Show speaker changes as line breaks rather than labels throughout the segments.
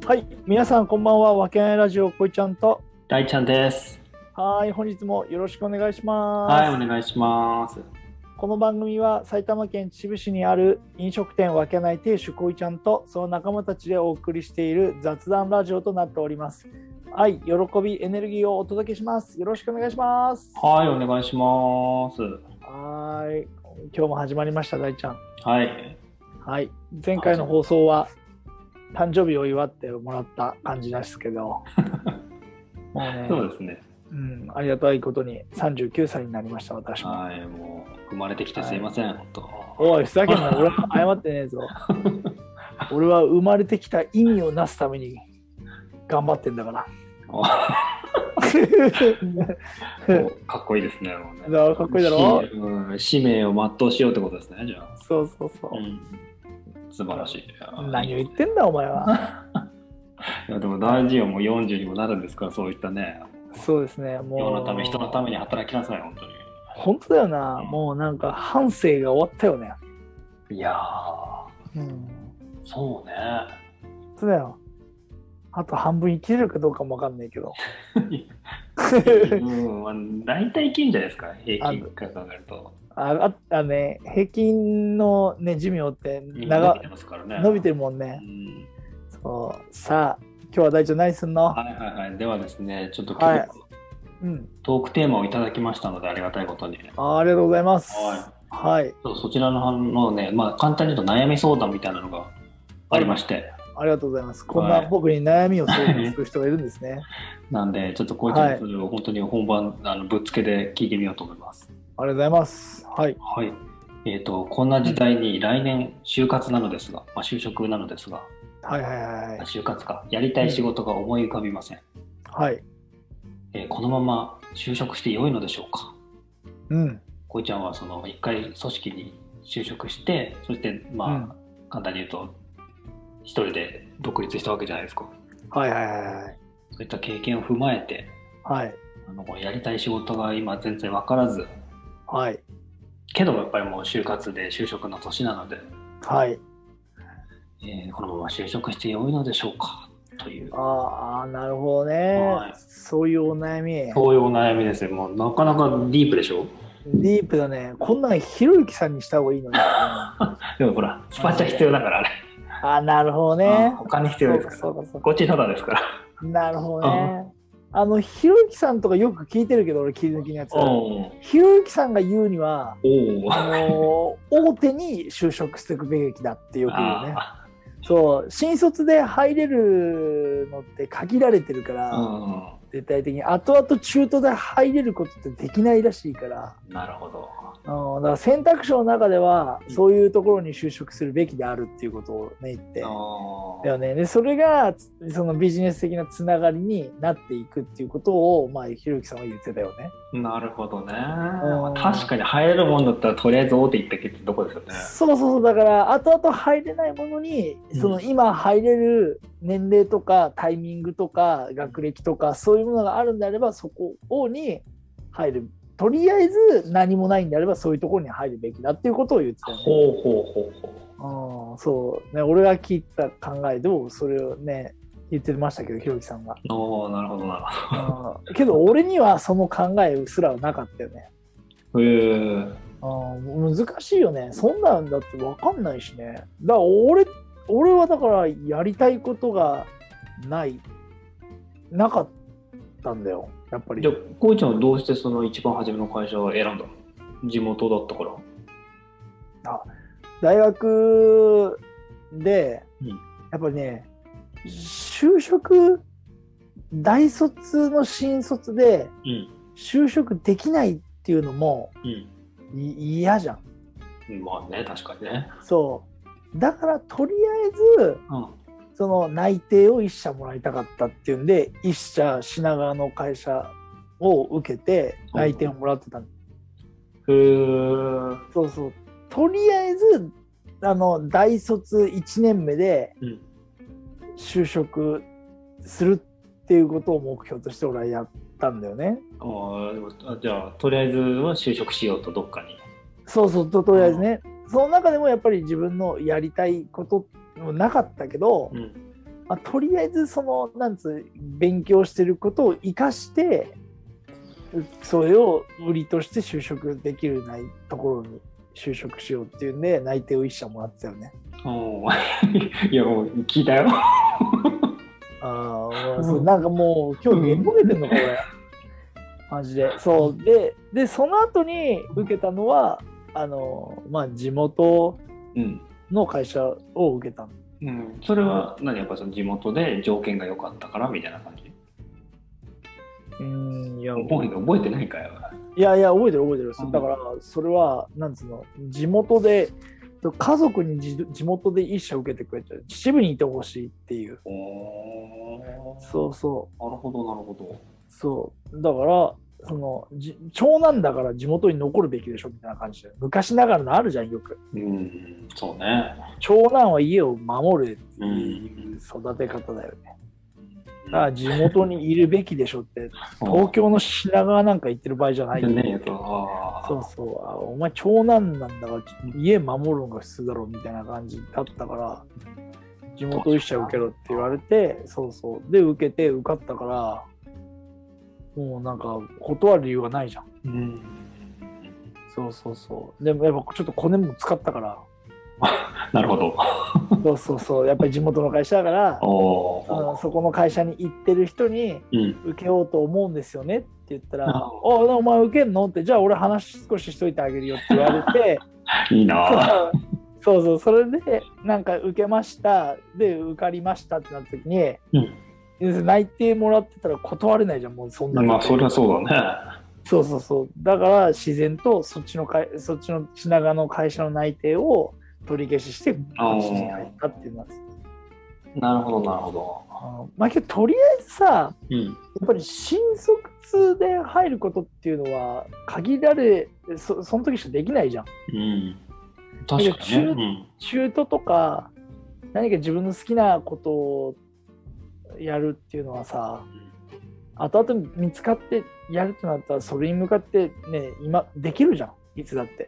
はい、皆さんこんばんは。わけないラジオこいちゃんと。
大ちゃんです。
はい、本日もよろしくお願いしま
はい、お
す。
願いします。
この番組は埼玉県秩父市にある飲食店わけない亭主こいちゃんとその仲間たちでお送りしている雑談ラジオとなっております。愛、喜び、エネルギーをお届けします。よろしくお願いします。
はい、お願いします。
はい、今日も始まりました大ちゃん。
はい。
はい、前回の放送は誕生日を祝ってもらった感じですけどもうね、
そうですね。
ありがたいことに39歳になりました私も。
はい、もう生まれてきてすいません、本当。
おい、ふざけんな、俺は謝ってねえぞ。俺は生まれてきた意味をなすために頑張ってんだから。
かっこいいですね。もうね、
だからかっこいいだろ。
使命を全うしようってことですね、じゃあ。
そうそうそう。
素晴らしい。
何を言ってんだお前は。
いやでも大事よ、もう40にもなるんですから、そういったね。
そうですね、もう。
世のため、人のために働きなさい、本当に。
本当だよな、もうなんか半生が終わったよね。
いやー、そうね。
そうだよ。あと半分生きれるかどうかもわかんないけど。
大体生きんじゃないですか、平均から考えると。
平均の、ね、寿命って
伸びてますからね。
伸びてるもんね。そうさあ、今日は大ちゃん何すんの？
はいはいはい。ではですね、ちょっと今日、トークテーマをいただきましたので、ありがたいことに。
ありがとうございます。
はい。そちらのね、簡単に言うと悩み相談みたいなのがありまして。
ありがとうございます。こんな僕に悩みを相談する人がいるんですね。
なんで、ちょっとこういったそれを本当に本番ぶっつけで聞いてみようと思います。
ありがとうございます。はい。
はい。こんな時代に来年就活なのですが、就職なのですが、就活か、やりたい仕事が思い浮かびません。
はい。
このまま就職して良いのでしょうか。こいちゃんはその一回組織に就職して、そして簡単に言うと一人で独立したわけじゃないですか。そういった経験を踏まえて、やりたい仕事が今全然分からず、けどもやっぱりもう就活で就職の年なので、このまま就職して良いのでしょうかという。
なるほどね。そういうお悩み。
そういうお悩みですよ。もうなかなかディープでしょ。
ディープだね。こんなんひろゆきさんにした方がいいのに。
でもほら、スパチャ必要だからあれ。
なるほどね。
他に必要ですから。こっちただですから。
なるほどね。ひろゆきさんとかよく聞いてるけど、俺切り抜きのやつ。ひろゆきさんが言うには、大手に就職していくべきだってよく言うね。そう、新卒で入れるのって限られてるから、絶対的に後々中途で入れることってできないらしいから。
なるほど。
だから選択肢の中ではそういうところに就職するべきであるっていうことをね言ってだよね。でそれがそのビジネス的なつながりになっていくっていうことをひろゆきさんは言ってたよね。
なるほどね。確かに入れるもんだったらとりあえず大手行ったけってとこですよね。
そうだから後々入れないものにその今入れる年齢とかタイミングとか学歴とかそういうものがあるんであればそこに入る。とりあえず何もないんであればそういうところに入るべきだっていうことを言ってたよね。そうね、俺が聞いた考えでもそれをね言ってましたけどひろゆきさんが。
なるほどなるほ
ど。けど俺にはその考えすらはなかったよね。難しいよね。そんなんだって分かんないしね。だから俺はだからやりたいことがなかったんだよ。やっぱり。
じゃあこいちゃんはどうしてその一番初めの会社を選んだの？地元だったから？
大学で、やっぱりね就職大卒の新卒で就職できないっていうのも嫌じゃん。
まあね、確かにね。
そうだからとりあえず、その内定を1社もらいたかったっていうんで1社品川の会社を受けて内定をもらってたの。そうとりあえず大卒1年目で就職するっていうことを目標として俺はやったんだよね。
じゃあとりあえずは就職しようとどっかに。
とりあえずね。その中でもやっぱり自分のやりたいこともなかったけど、 とりあえずその勉強してることを生かしてそれを売りとして就職できるところに就職しようっていうんで内定を1社もらってたよね。
いやもう聞いたよ。
そうなんかもう今日寝ぼけてんのこれマジで。そうでその後に受けたのは地元の会社を受けたの。
それはやっぱその地元で条件が良かったからみたいな感じ？
いや
覚えてないかよ。
いや覚えてる。だからそれは地元で家族に地元で一社受けてくれて秩父にいてほしいっていう。そう。
なるほど。
そうだから長男だから地元に残るべきでしょみたいな感じで昔ながらのあるじゃんよく。
そうね。
長男は家を守るっていう育て方だよね。だから地元にいるべきでしょって東京の品川なんか行ってる場合じゃないよね。そうお前長男なんだから家守るのが普通だろうみたいな感じだったから地元一社受けろって言われてそうで受けて受かったからもうなんか断る理由がないじゃん。そうでもやっぱちょっとコネも使ったから
なるほど。
そうやっぱり地元の会社だからそこの会社に行ってる人に受けようと思うんですよねって言ったら、お前受けんのってじゃあ俺話少ししといてあげるよって言われて
いいな。
そうそれでなんか受けましたで受かりましたってなった時に、内定もらってたら断れないじゃんもうそんなの。
そりゃそうだね。
そうだから自然とそっちの品川の会社の内定を取り消ししてこっちに入ったっていうのです。
なるほど。
けどとりあえずさ、やっぱり新卒で入ることっていうのは限られその時しかできないじゃん。
確かにね。
中途とか何か自分の好きなことをやるっていうのはさ、後々見つかってやるとなったらそれに向かってね今できるじゃんいつだって。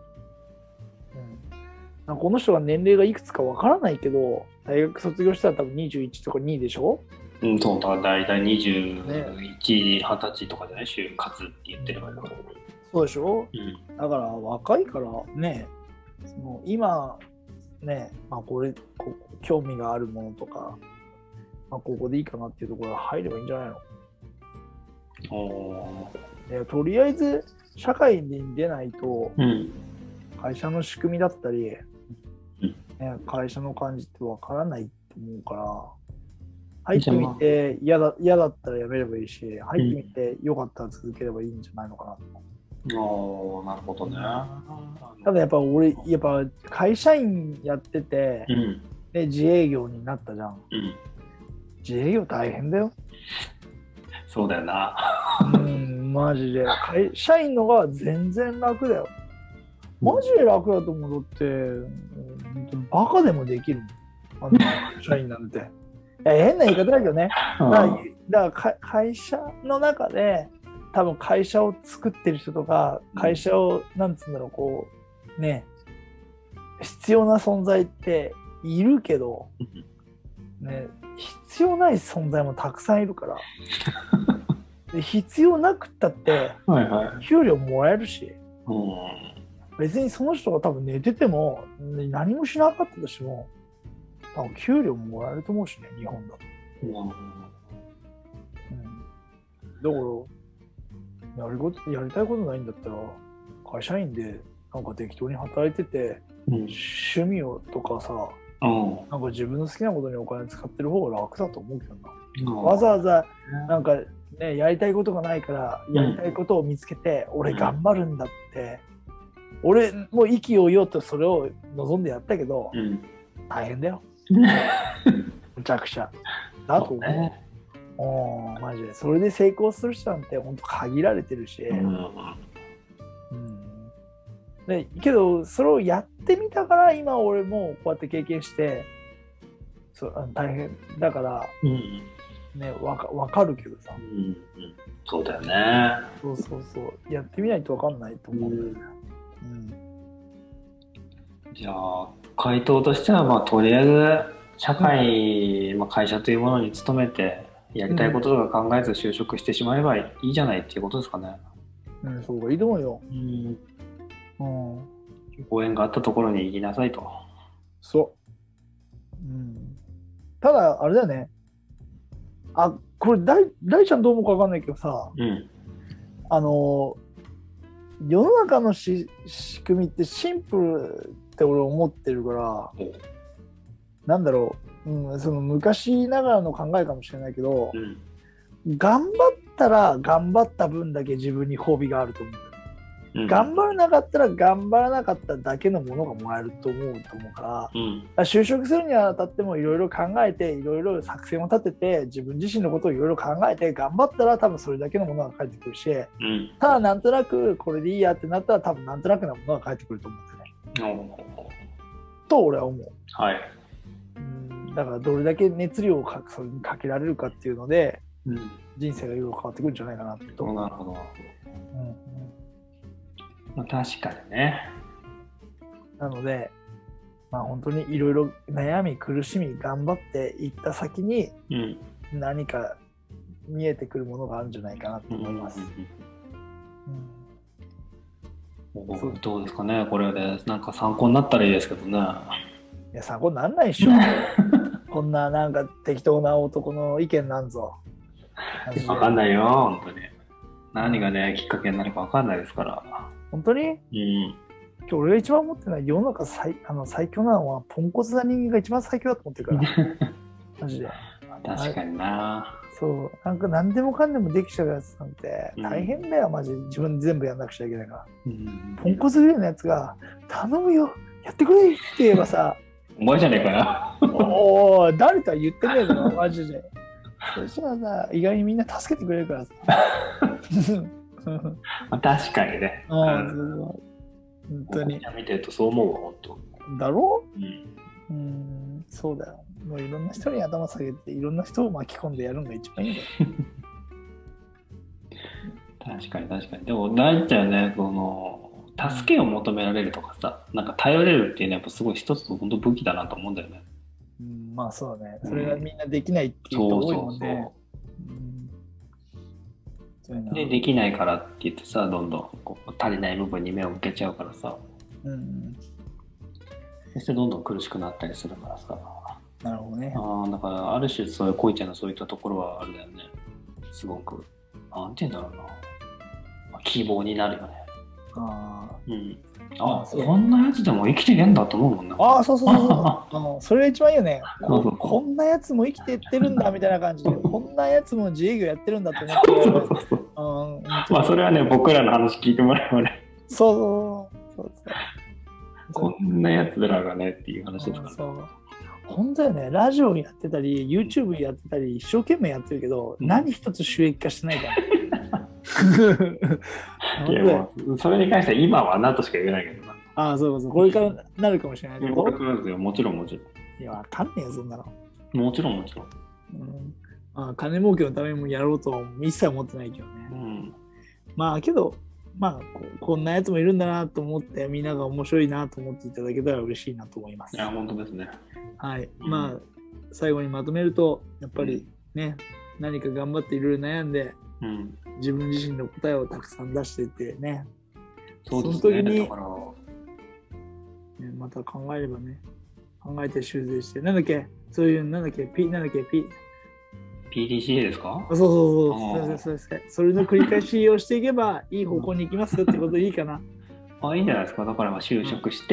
この人が年齢がいくつかわからないけど大学卒業したら多分21とか2でしょ。
そうだ大体21、20歳とかじゃない就活って言ってればいいの。
そうでしょ、だから若いからね今ね、興味があるものとか、ここでいいかなっていうところが入ればいいんじゃないの？とりあえず社会に出ないと、会社の仕組みだったり、会社の感じってわからないと思うから入ってみて嫌だったらやめればいいし入ってみてよかったら続ければいいんじゃないのかなと。
なるほどね。
ただやっぱ会社員やってて、で自営業になったじゃん。自営業大変だよ。
そうだよな。
マジで会社員のが全然楽だよ。マジで楽だと思う。だってバカでもできるもん社員なんて。いや変な言い方だけどね。だから会社の中で多分会社を作ってる人とか会社を必要な存在っているけど、必要ない存在もたくさんいるからで必要なくったって給料もらえるし、別にその人が多分寝てても何もしなかったとしても多分給料もらえると思うしね日本だと。だからやりたいことないんだったら会社員でなんか適当に働いてて、趣味をとかさ、なんか自分の好きなことにお金使ってる方が楽だと思うけどな。わざわざなんかねやりたいことがないからやりたいことを見つけて、俺頑張るんだって、俺も意気揚々とそれを望んでやったけど、大変だよ。むちゃくちゃだと思う。マジでそれで成功する人なんて本当限られてるし、けどそれをやってみたから今俺もこうやって経験して大変だから、わかるけどさ、
そうだよね。
そうやってみないとわかんないと思うんだよね。
じゃあ回答としてはとりあえず社会、会社というものに勤めて、やりたいこととか考えず就職してしまえばいいじゃないっていうことですかね。
そうがいいと思うよ。
ご縁があったところに行きなさいと。
そう。ただ、あれだよね。これ大ちゃんどう思うか分かんないけどさ、世の中の仕組みってシンプルって俺思ってるから、なんだろう、その昔ながらの考えかもしれないけど、頑張ったら頑張った分だけ自分に褒美があると思う。頑張らなかったら頑張らなかっただけのものがもらえると思うから、就職するにあたってもいろいろ考えて、いろいろ作戦を立てて、自分自身のことをいろいろ考えて頑張ったら多分それだけのものが返ってくるし、ただなんとなくこれでいいやってなったら多分なんとなくなものが返ってくると思うんだよね。と俺は思う。だからどれだけ熱量をそれにかけられるかっていうので、人生がいろいろ変わってくるんじゃないかなと。
なるほど。確かにね。
なので、本当にいろいろ悩み苦しみ頑張っていった先に何か見えてくるものがあるんじゃないかなと思います。
どうですかね、これでなんか参考になったらいいですけどね。
いや、参考にならないでしょ。こんななんか適当な男の意見なんぞ。
分かんないよ、本当に。何がね、きっかけになるか分かんないですから。
本当に？今日俺が一番思ってるのは、世の中最強なのはポンコツな人間が一番最強だと思ってるからマジで。
確かにな。
そう、なんか何でもかんでもできちゃうやつなんて大変だよ、マジで。自分で全部やんなくちゃいけないから、ポンコツぐらいのやつが頼むよやってくれって言えばさ
お前じゃねえかよ
おー、誰とは言ってねえぞマジで。そしたらさ、意外にみんな助けてくれるからさ
確かにね。
本当に。
見てるとそう思うわ、本当。
だろ？そうだよ。もういろんな人に頭下げて、いろんな人を巻き込んでやるのが一番いいんだよ。
確かに確かに。でも大事だよね、この助けを求められるとかさ、なんか頼れるっていうのはやっぱすごい一つの本当武器だなと思うんだよね。
そうだね。それがみんなできないっていう人多いもんね。
でできないからって言ってさ、どんどんこう足りない部分に目を向けちゃうからさ、そしてどんどん苦しくなったりするからさ。
なるほどね。
だからある種そういうこいちゃんのそういったところはあれだよね。すごくなんて言うんだろうな、希望になるよね。こんなやつでも生きていけんだと思うもんな。
そうそれが一番いいよね。こんなやつも生きていってるんだみたいな感じで、こんなやつも自営業やってるんだと思って
それはね、僕らの話聞いてもらえばね、
そう
こんなやつらがねっていう話ですから。
本当だよね。ラジオやってたり YouTube やってたり一生懸命やってるけど、何一つ収益化してないから
いや、もうそれに関しては今は何としか言えないけどな。
そうこれからなるかもしれないけど。
これからですよ、もちろん。い
や、わかんねえよそんなの。
もちろん。
金儲けのためにもやろうとは一切思ってないけどね。けどこんなやつもいるんだなと思って、みんなが面白いなと思っていただけたら嬉しいなと思います。
いや、本当ですね。
はい。最後にまとめると、やっぱりね、何か頑張っていろいろ悩んで、自分自身の答えをたくさん出していってね。
その
時に、また考えればね、考えて修正して、そういう、
PDCA ですか？
そうそれの繰り返しをしていけばいい方向に行きますよってことでいいかな。
いいんじゃないですか。だから就職して、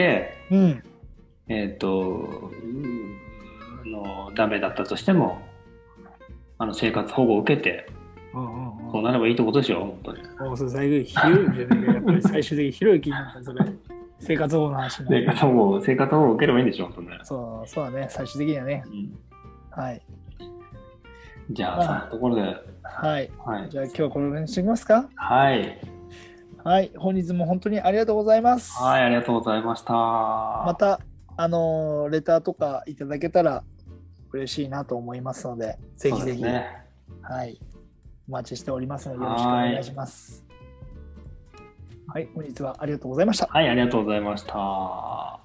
ダメだったとしても生活保護を受けて、そうなればいいってことでしょ、本当に。
最後広いじゃないか、やっぱり最終的に広い気になったそれ。生活保護の話になる。
生活保護を受ければいいんでしょ、本当ね。
そうだね、最終的にはね。はい。
じゃあ、そんなところで。
はい。じゃあ今日はこの辺にしておきますか？
はい。
はい。本日も本当にありがとうございます。
はい、ありがとうございました。
また、レターとかいただけたら嬉しいなと思いますので、ぜひぜひ、はい。お待ちしておりますので、よろしくお願いします。はい。本日はありがとうございました。
はい、ありがとうございました。